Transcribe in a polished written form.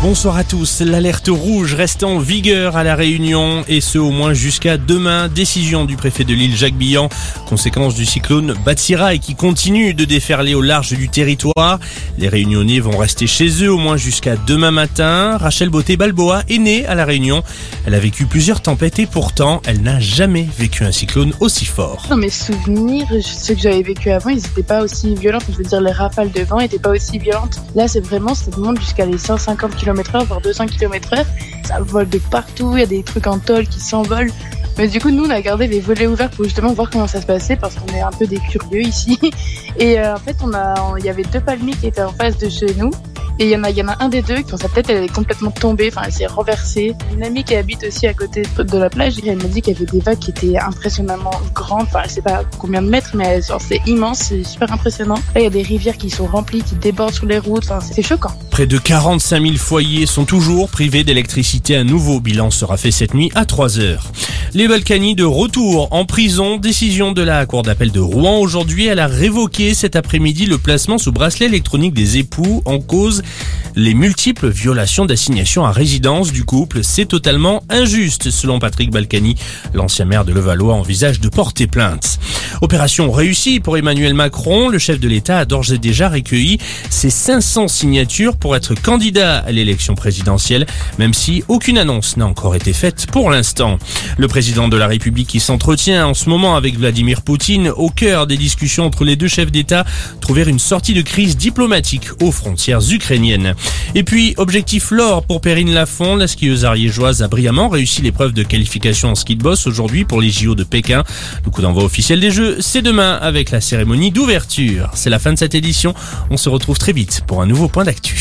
Bonsoir à tous. L'alerte rouge reste en vigueur à La Réunion et ce au moins jusqu'à demain. Décision du préfet de l'île Jacques Billan, conséquence du cyclone Batsirai qui continue de déferler au large du territoire. Les Réunionnais vont rester chez eux au moins jusqu'à demain matin. Rachel Botté-Balboa est née à La Réunion. Elle a vécu plusieurs tempêtes et pourtant elle n'a jamais vécu un cyclone aussi fort. Dans mes souvenirs, ceux que j'avais vécu avant, ils n'étaient pas aussi violents. Je veux dire, les rafales de vent n'étaient pas aussi violentes. Là, c'est vraiment, ça monte jusqu'à les 150 km/h, voire 200 km/h. Ça vole de partout, il y a des trucs en tôle qui s'envolent. Mais du coup, nous, on a gardé les volets ouverts pour justement voir comment ça se passait parce qu'on est un peu des curieux ici. Et en fait, il y avait 2 palmiers qui étaient en face de chez nous. Et il y en a un des deux qui, sa tête, elle est complètement tombée, elle s'est renversée. Une amie qui habite aussi à côté de la plage, elle m'a dit qu'il y avait des vagues qui étaient impressionnamment grandes. Je sais pas combien de mètres, mais c'est immense, c'est super impressionnant. Là, il y a des rivières qui sont remplies, qui débordent sur les routes, c'est choquant. Près de 45 000 foyers sont toujours privés d'électricité. Un nouveau bilan sera fait cette nuit à 3h. Les Balkany de retour en prison. Décision de la Cour d'appel de Rouen aujourd'hui. Elle a révoqué cet après-midi le placement sous bracelet électronique des époux en cause les multiples violations d'assignation à résidence du couple. C'est totalement injuste, selon Patrick Balkany. L'ancien maire de Levallois envisage de porter plainte. Opération réussie pour Emmanuel Macron. Le chef de l'État a d'ores et déjà recueilli ses 500 signatures pour être candidat à l'élection présidentielle, même si aucune annonce n'a encore été faite pour l'instant. Le président de la République qui s'entretient en ce moment avec Vladimir Poutine au cœur des discussions entre les deux chefs d'État, trouver une sortie de crise diplomatique aux frontières ukrainiennes. Et puis, objectif l'or pour Perrine Lafont. La skieuse ariégeoise a brillamment réussi l'épreuve de qualification en ski de boss aujourd'hui pour les JO de Pékin. Le coup d'envoi officiel des Jeux, c'est demain avec la cérémonie d'ouverture. C'est la fin de cette édition. On se retrouve très vite pour un nouveau point d'actu.